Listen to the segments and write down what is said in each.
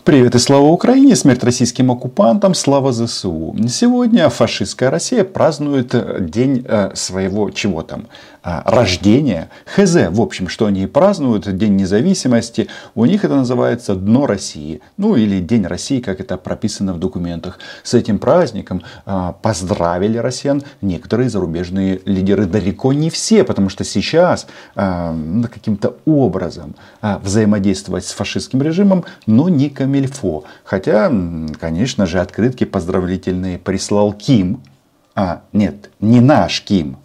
Привет и слава Украине, смерть российским оккупантам, слава ЗСУ. Сегодня фашистская Россия празднует день своего чего там, рождения. Хз, в общем, что они празднуют, День независимости. У них это называется Дно России. Ну или День России, как это прописано в документах. С этим праздником поздравили россиян некоторые зарубежные лидеры. Далеко не все, потому что сейчас каким-то образом взаимодействовать с фашистским режимом, но не камильфо. Хотя, конечно же, открытки поздравительные прислал Ким. Нет, не наш Ким,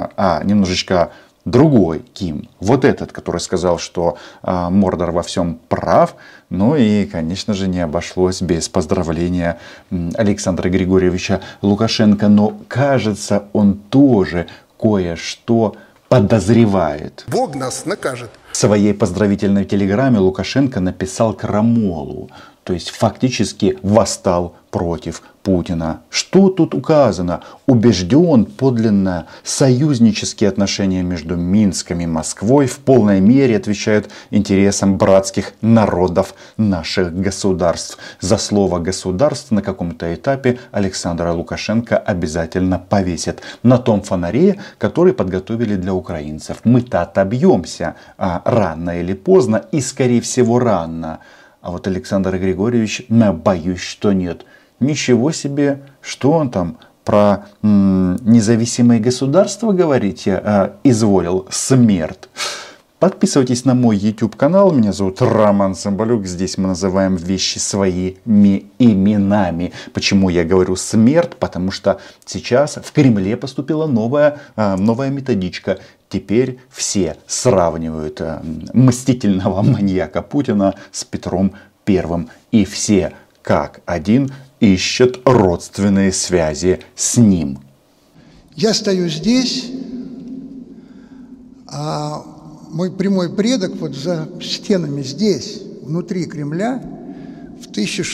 немножечко другой Ким. Вот этот, который сказал, что Мордор во всем прав. Ну и, конечно же, не обошлось без поздравления Александра Григорьевича Лукашенко. Но, кажется, он тоже кое-что подозревает. Бог нас накажет. В своей поздравительной телеграмме Лукашенко написал крамолу. То есть фактически восстал против Путина. Что тут указано? Убежден подлинно союзнические отношения между Минском и Москвой в полной мере отвечают интересам братских народов наших государств. За слово государств на каком-то этапе Александра Лукашенко обязательно повесят на том фонаре, который подготовили для украинцев. Мы-то отобьемся рано или поздно, и скорее всего рано. А вот Александр Григорьевич, боюсь, что нет. Ничего себе, что он там про независимые государства говорить изволил, смерть. Подписывайтесь на мой YouTube канал. Меня зовут Роман Цымбалюк. Здесь мы называем вещи своими именами. Почему я говорю смерть? Потому что сейчас в Кремле поступила новая методичка. Теперь все сравнивают мстительного маньяка Путина с Петром I. И все как один ищут родственные связи с ним. Я стою здесь, а мой прямой предок вот за стенами здесь, внутри Кремля, в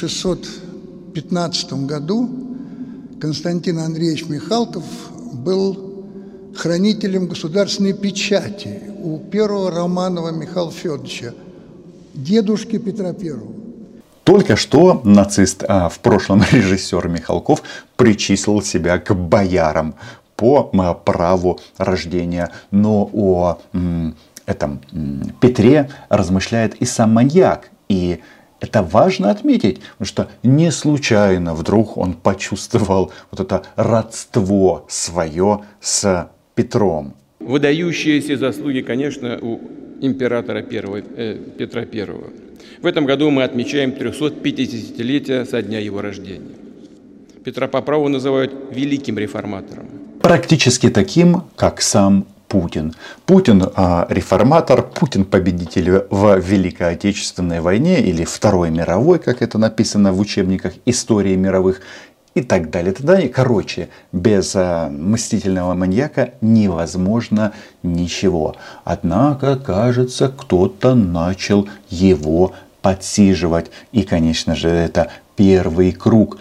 1615 году Константин Андреевич Михалков был хранителем государственной печати у первого Романова Михаила Федоровича, дедушки Петра Первого. Только что нацист, в прошлом режиссер Михалков, причислил себя к боярам по праву рождения. Но о этом Петре размышляет и сам маньяк. И это важно отметить, потому что не случайно вдруг он почувствовал вот это родство свое с Петром. Выдающиеся заслуги, конечно, у императора Петра I. В этом году мы отмечаем 350-летие со дня его рождения. Петра по праву называют великим реформатором. Практически таким, как сам Путин. Путин реформатор, Путин победитель в Великой Отечественной войне или Второй мировой, как это написано в учебниках истории мировых. И так далее. Короче, без мстительного маньяка невозможно ничего. Однако, кажется, кто-то начал его подсиживать. И, конечно же, это первый круг,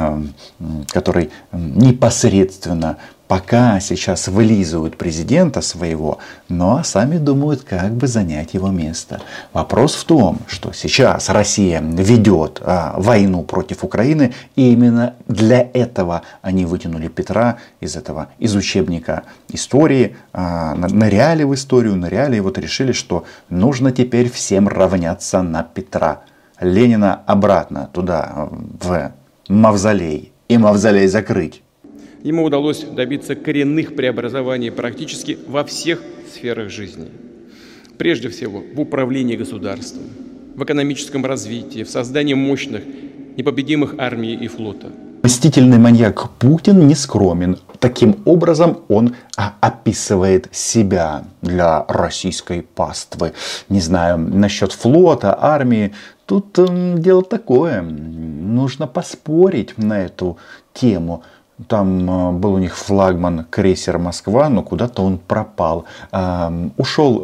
который непосредственно пока сейчас вылизывают президента своего, но сами думают, как бы занять его место. Вопрос в том, что сейчас Россия ведет войну против Украины, и именно для этого они вытянули Петра из учебника истории, ныряли в историю, и вот решили, что нужно теперь всем равняться на Петра. Ленина обратно туда, в мавзолей, и мавзолей закрыть. Ему удалось добиться коренных преобразований практически во всех сферах жизни. Прежде всего, в управлении государством, в экономическом развитии, в создании мощных, непобедимых армий и флота. Мстительный маньяк Путин не скромен. Таким образом он описывает себя для российской паствы. Не знаю, насчет флота, армии. Тут дело такое. Нужно поспорить на эту тему. Там был у них флагман крейсер «Москва», но куда-то он пропал. Ушел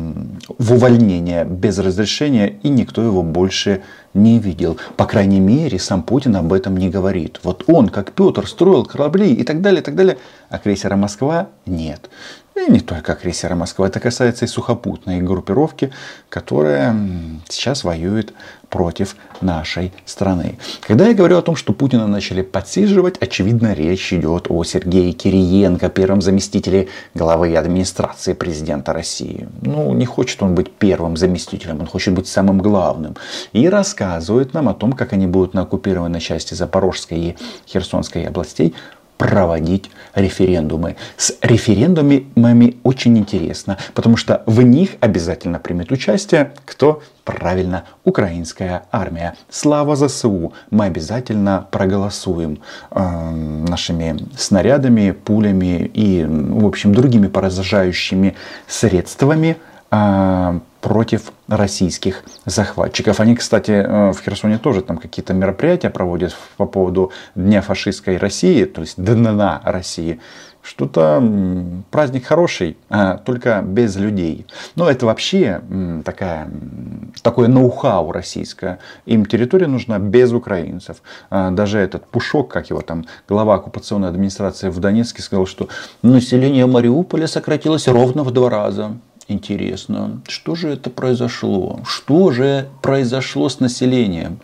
в увольнение без разрешения, и никто его больше не видел. По крайней мере, сам Путин об этом не говорит. Вот он, как Петр, строил корабли и так далее, а крейсера «Москва» нет. И не только крейсера Москва. Это касается и сухопутной группировки, которая сейчас воюет против нашей страны. Когда я говорю о том, что Путина начали подсиживать, очевидно, речь идет о Сергее Кириенко, первом заместителе главы администрации президента России. Не хочет он быть первым заместителем, он хочет быть самым главным. И рассказывает нам о том, как они будут на оккупированной части Запорожской и Херсонской областей проводить референдумы. С референдумами очень интересно, потому что в них обязательно примет участие кто? Правильно, украинская армия. Слава ЗСУ! Мы обязательно проголосуем нашими снарядами, пулями и, в общем, другими поражающими средствами против российских захватчиков. Они, кстати, в Херсоне тоже там какие-то мероприятия проводят по поводу Дня фашистской России, то есть Дна России. Что-то праздник хороший, только без людей. Но это вообще такое ноу-хау российское. Им территория нужна без украинцев. Даже этот Пушок, как его там, глава оккупационной администрации в Донецке, сказал, что население Мариуполя сократилось ровно в 2 раза. Интересно, что же это произошло? Что же произошло с населением?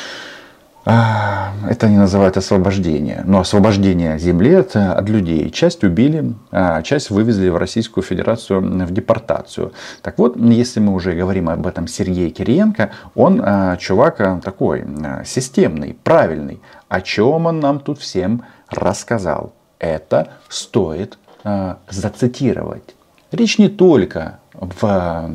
Это они называют освобождение. Но освобождение земли от людей. Часть убили, а часть вывезли в Российскую Федерацию в депортацию. Так вот, если мы уже говорим об этом Сергее Кириенко, он чувак такой системный, правильный. О чем он нам тут всем рассказал? Это стоит зацитировать. Речь не только о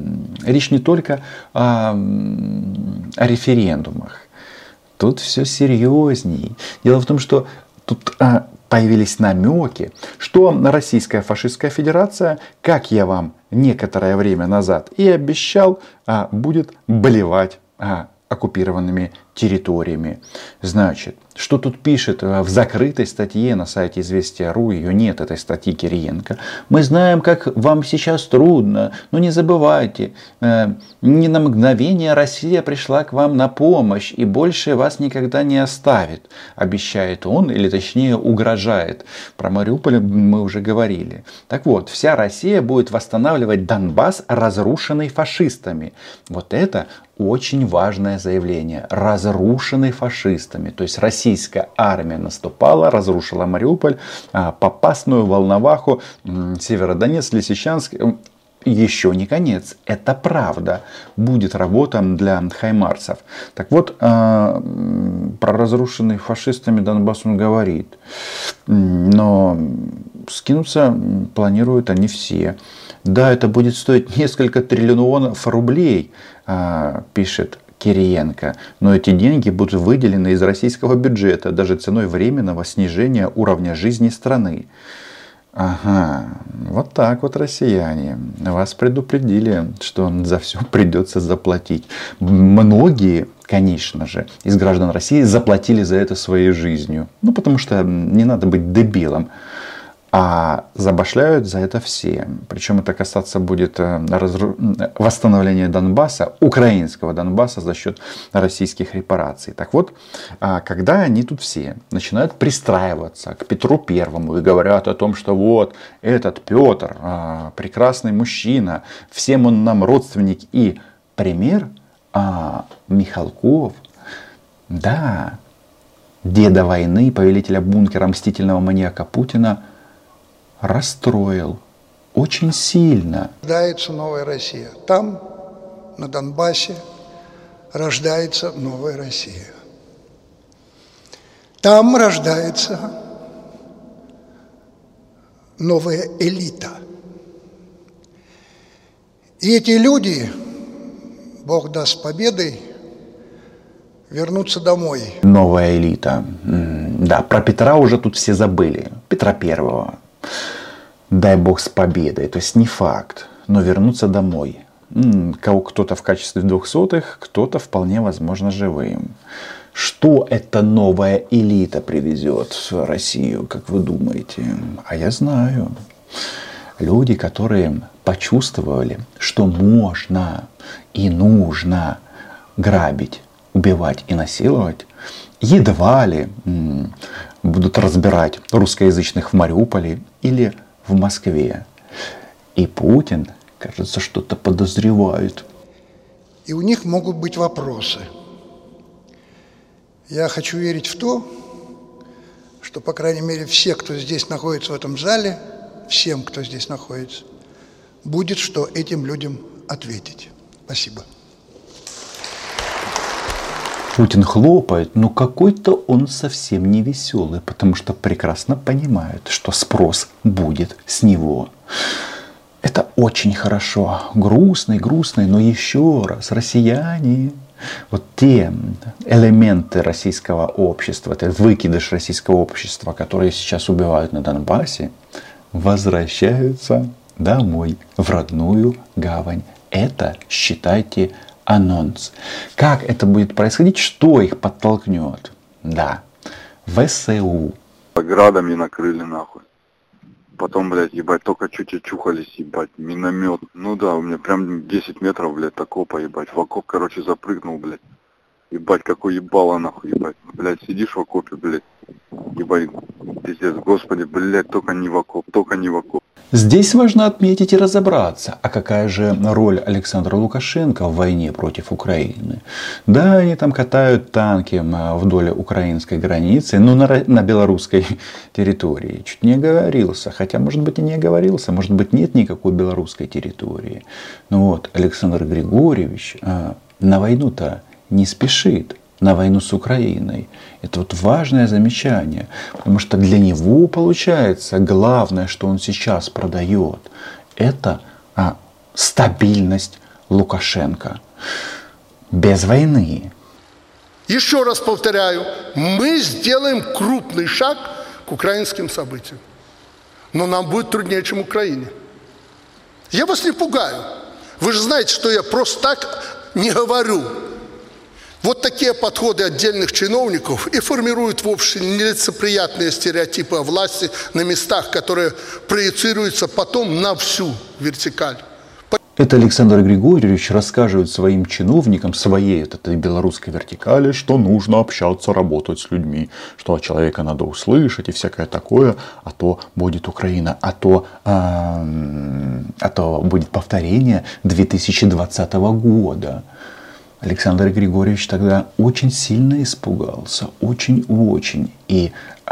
референдумах. Тут все серьезней. Дело в том, что тут появились намеки, что Российская фашистская федерация, как я вам некоторое время назад и обещал, будет болевать оккупированными территориями. Значит, что тут пишет в закрытой статье на сайте Известия.ру, ее нет, этой статьи Кириенко. Мы знаем, как вам сейчас трудно, но не забывайте, ни на мгновение Россия пришла к вам на помощь и больше вас никогда не оставит, обещает он, или точнее угрожает. Про Мариуполь мы уже говорили. Так вот, вся Россия будет восстанавливать Донбасс, разрушенный фашистами. Вот это очень важное заявление. Разрушенный фашистами. То есть российская армия наступала, разрушила Мариуполь, Попасную, Волноваху, Северодонецк, Лисичанск. Еще не конец. Это правда. Будет работа для хаймарсов. Так вот, про разрушенный фашистами Донбасс он говорит. Но скинуться планируют они все. Да, это будет стоить несколько триллионов рублей, пишет Кириенко. Но эти деньги будут выделены из российского бюджета, даже ценой временного снижения уровня жизни страны. Ага, вот так вот, россияне. Вас предупредили, что за все придется заплатить. Многие, конечно же, из граждан России заплатили за это своей жизнью. Потому что не надо быть дебилом. А забашляют за это все. Причем это касаться будет восстановления Донбасса, украинского Донбасса за счет российских репараций. Так вот, когда они тут все начинают пристраиваться к Петру Первому и говорят о том, что вот этот Петр, прекрасный мужчина, всем он нам родственник и пример, Михалков, да, деда войны, повелителя бункера, мстительного маньяка Путина, расстроил очень сильно. Рождается новая Россия. Там, на Донбассе, рождается новая Россия. Там рождается новая элита. И эти люди, Бог даст победой, вернутся домой. Новая элита. Да, про Петра уже тут все забыли. Петра Первого. Дай Бог с победой. То есть не факт, но вернуться домой. Кто-то в качестве 200-х, кто-то вполне возможно живым. Что эта новая элита привезет в Россию, как вы думаете? А я знаю. Люди, которые почувствовали, что можно и нужно грабить, убивать и насиловать, едва ли будут разбирать русскоязычных в Мариуполе или в Москве. И Путин, кажется, что-то подозревает. И у них могут быть вопросы. Я хочу верить в то, что, по крайней мере, все, кто здесь находится в этом зале, всем, кто здесь находится, будет что этим людям ответить. Спасибо. Путин хлопает, но какой-то он совсем не веселый, потому что прекрасно понимает, что спрос будет с него. Это очень хорошо. Грустный, но еще раз, россияне, вот те элементы российского общества, это выкидыш российского общества, которые сейчас убивают на Донбассе, возвращаются домой, в родную гавань. Это, считайте, анонс. Как это будет происходить, что их подтолкнет? Да, ВСУ. Градами накрыли нахуй. Потом, блядь, ебать, только чуть очухались, ебать, миномет. Ну да, у меня прям 10 метров, блядь, окопа, ебать. В окоп, короче, запрыгнул, блядь. Ебать, какой ебало, нахуй, ебать. Блядь, сидишь в окопе, блядь. Ебать, пиздец, господи, блядь, только не в окоп, только не в окоп. Здесь важно отметить и разобраться, а какая же роль Александра Лукашенко в войне против Украины. Да, они там катают танки вдоль украинской границы, но на белорусской территории. Чуть не оговорился, хотя, может быть, и не оговорился, может быть, нет никакой белорусской территории. Но вот Александр Григорьевич на войну-то не спешит. На войну с Украиной. Это вот важное замечание, потому что для него, получается, главное, что он сейчас продает, это стабильность Лукашенко. Без войны. Еще раз повторяю, мы сделаем крупный шаг к украинским событиям. Но нам будет труднее, чем Украине. Я вас не пугаю. Вы же знаете, что я просто так не говорю. Вот такие подходы отдельных чиновников и формируют в обществе нелицеприятные стереотипы о власти на местах, которые проецируются потом на всю вертикаль. Это Александр Григорьевич рассказывает своим чиновникам своей этой белорусской вертикали, что нужно общаться, работать с людьми, что человека надо услышать и всякое такое, а то будет Украина, а то будет повторение 2020 года. Александр Григорьевич тогда очень сильно испугался, очень. И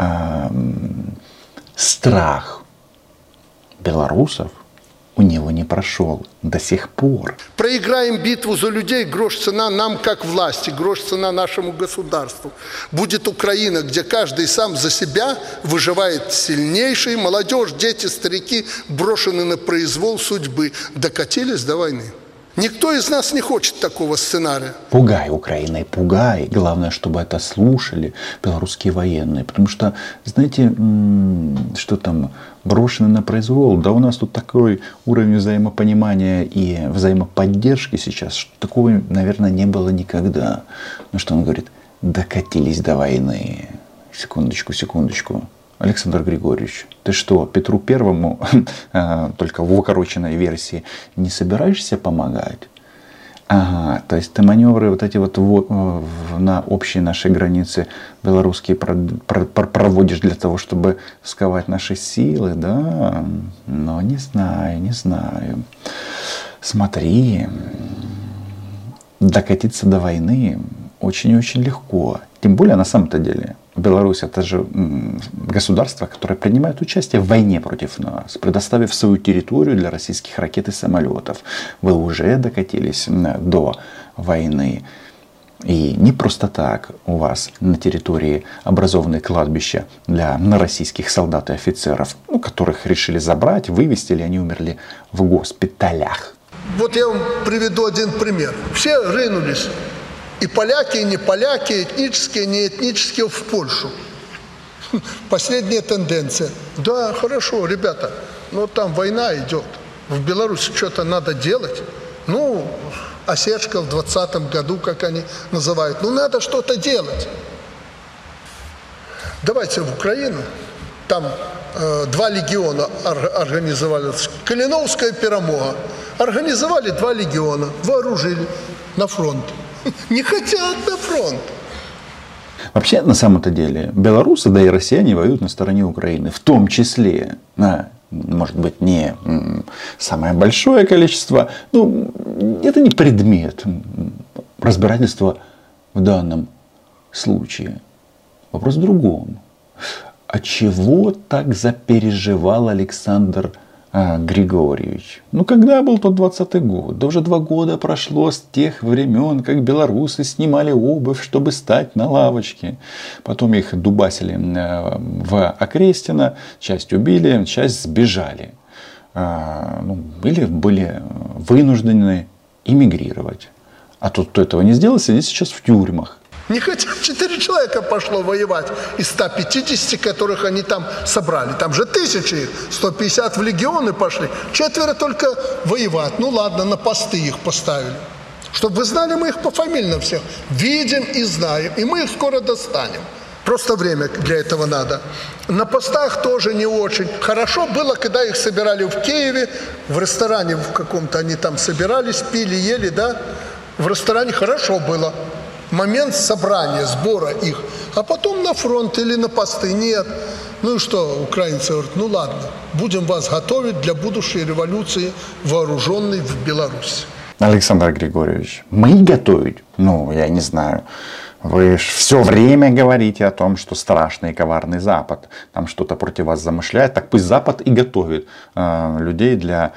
страх белорусов у него не прошел до сих пор. Проиграем битву за людей, грош цена нам как власти, грош цена нашему государству. Будет Украина, где каждый сам за себя выживает сильнейший, молодежь, дети, старики брошены на произвол судьбы, докатились до войны. Никто из нас не хочет такого сценария. Пугай Украиной, пугай. Главное, чтобы это слушали белорусские военные. Потому что, знаете, что там, брошены на произвол. Да у нас тут такой уровень взаимопонимания и взаимоподдержки сейчас, что такого, наверное, не было никогда. Ну что он говорит? Докатились до войны. Секундочку. Александр Григорьевич, ты что, Петру Первому, только в укороченной версии, не собираешься помогать? Ага, то есть ты маневры вот эти вот на общей нашей границе белорусские проводишь для того, чтобы сковать наши силы, да? Но не знаю. Смотри, докатиться до войны очень легко. Тем более, на самом-то деле, Беларусь — это же государство, которое принимает участие в войне против нас, предоставив свою территорию для российских ракет и самолетов. Вы уже докатились до войны. И не просто так у вас на территории образованы кладбища для российских солдат и офицеров, которых решили забрать, вывезти, или они умерли в госпиталях. Вот я вам приведу один пример. Все рынулись. И поляки, и не поляки, этнические, не этнические, в Польшу. Последняя тенденция. Да, хорошо, ребята, но там война идет. В Беларуси что-то надо делать. Осечка в 2020 году, как они называют. Надо что-то делать. Давайте в Украину. Там 2 легиона организовали. Калиновская и Перемога. Организовали 2 легиона, вооружили на фронт. Не хотят на фронт. Вообще, на самом-то деле, белорусы, да и россияне воюют на стороне Украины. В том числе может быть, не самое большое количество, ну, это не предмет разбирательства в данном случае. Вопрос в другом. А чего так запереживал Александр Григорьевич? Ну, когда был тот 20-й год? Да уже 2 года прошло с тех времен, как белорусы снимали обувь, чтобы стать на лавочке. Потом их дубасили в Окрестино, часть убили, часть сбежали. Или были вынуждены эмигрировать. А тот, кто этого не сделал, сидит сейчас в тюрьмах. Не хотя 4 человека пошло воевать из 150, которых они там собрали. Там же 1000 их, 150 в легионы пошли. 4 только воевать. Ну ладно, на посты их поставили. Чтобы вы знали, мы их пофамильно всех видим и знаем. И мы их скоро достанем. Просто время для этого надо. На постах тоже не очень. Хорошо было, когда их собирали в Киеве, в ресторане в каком-то они там собирались, пили, ели, да? В ресторане хорошо было. Момент собрания, сбора их. А потом на фронт или на посты нет. Ну и что, украинцы говорят, ну ладно, будем вас готовить для будущей революции, вооруженной в Беларуси. Александр Григорьевич, мы готовить? Ну, я не знаю. Вы ж все время говорите о том, что страшный и коварный Запад. Там что-то против вас замышляет. Так пусть Запад и готовит людей для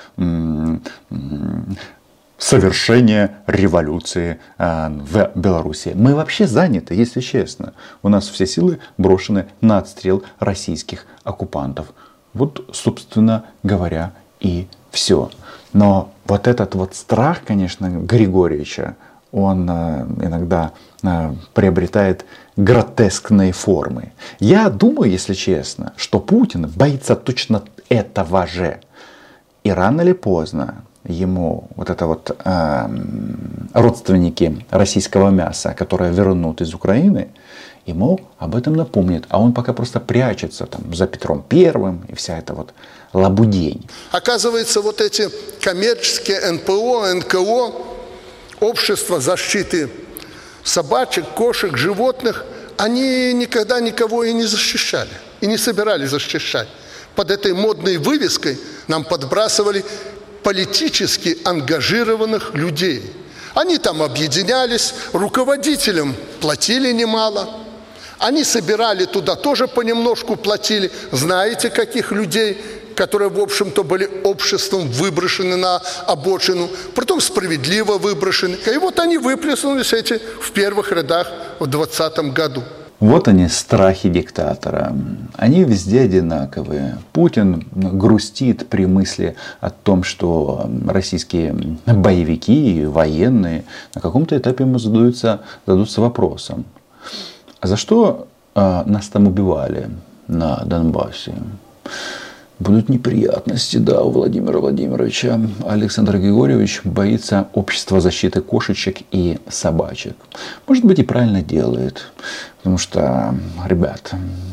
совершения революции в Беларуси. Мы вообще заняты, если честно. У нас все силы брошены на отстрел российских оккупантов. Вот, собственно говоря, и все. Но вот этот вот страх, конечно, Григорьевича, он иногда приобретает гротескные формы. Я думаю, если честно, что Путин боится точно этого же. И рано или поздно ему вот это вот родственники российского мяса, которые вернут из Украины, ему об этом напомнят. А он пока просто прячется там за Петром Первым и вся эта вот лабудень. Оказывается, вот эти коммерческие НПО, НКО, общество защиты собачек, кошек, животных, они никогда никого и не защищали, и не собирались защищать. Под этой модной вывеской нам подбрасывали политически ангажированных людей. Они там объединялись, руководителям платили немало. Они собирали туда, тоже понемножку платили. Знаете, каких людей, которые, в общем-то, были обществом выброшены на обочину, притом справедливо выброшены. И вот они выплеснулись эти в первых рядах в 2020 году. Вот они, страхи диктатора. Они везде одинаковые. Путин грустит при мысли о том, что российские боевики и военные на каком-то этапе ему зададутся вопросом. А за что нас там убивали на Донбассе? Будут неприятности, да, у Владимира Владимировича. Александр Григорьевич боится общества защиты кошечек и собачек. Может быть, и правильно делает. Потому что, ребят,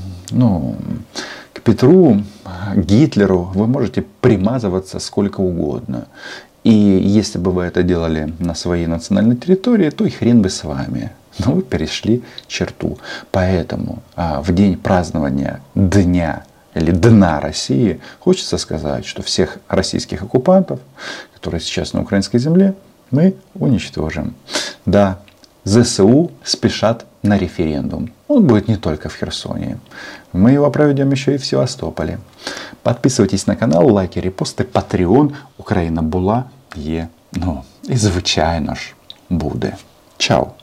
к Петру, Гитлеру вы можете примазываться сколько угодно. И если бы вы это делали на своей национальной территории, то и хрен бы с вами. Но вы перешли черту. Поэтому в день празднования Дня или Дна России хочется сказать, что всех российских оккупантов, которые сейчас на украинской земле, мы уничтожим. Да, ЗСУ спешат на референдум. Он будет не только в Херсоне. Мы его проведем еще и в Севастополе. Подписывайтесь на канал, лайки, репости, Patreon. Україна була, є, і звичайно ж буде. Чао!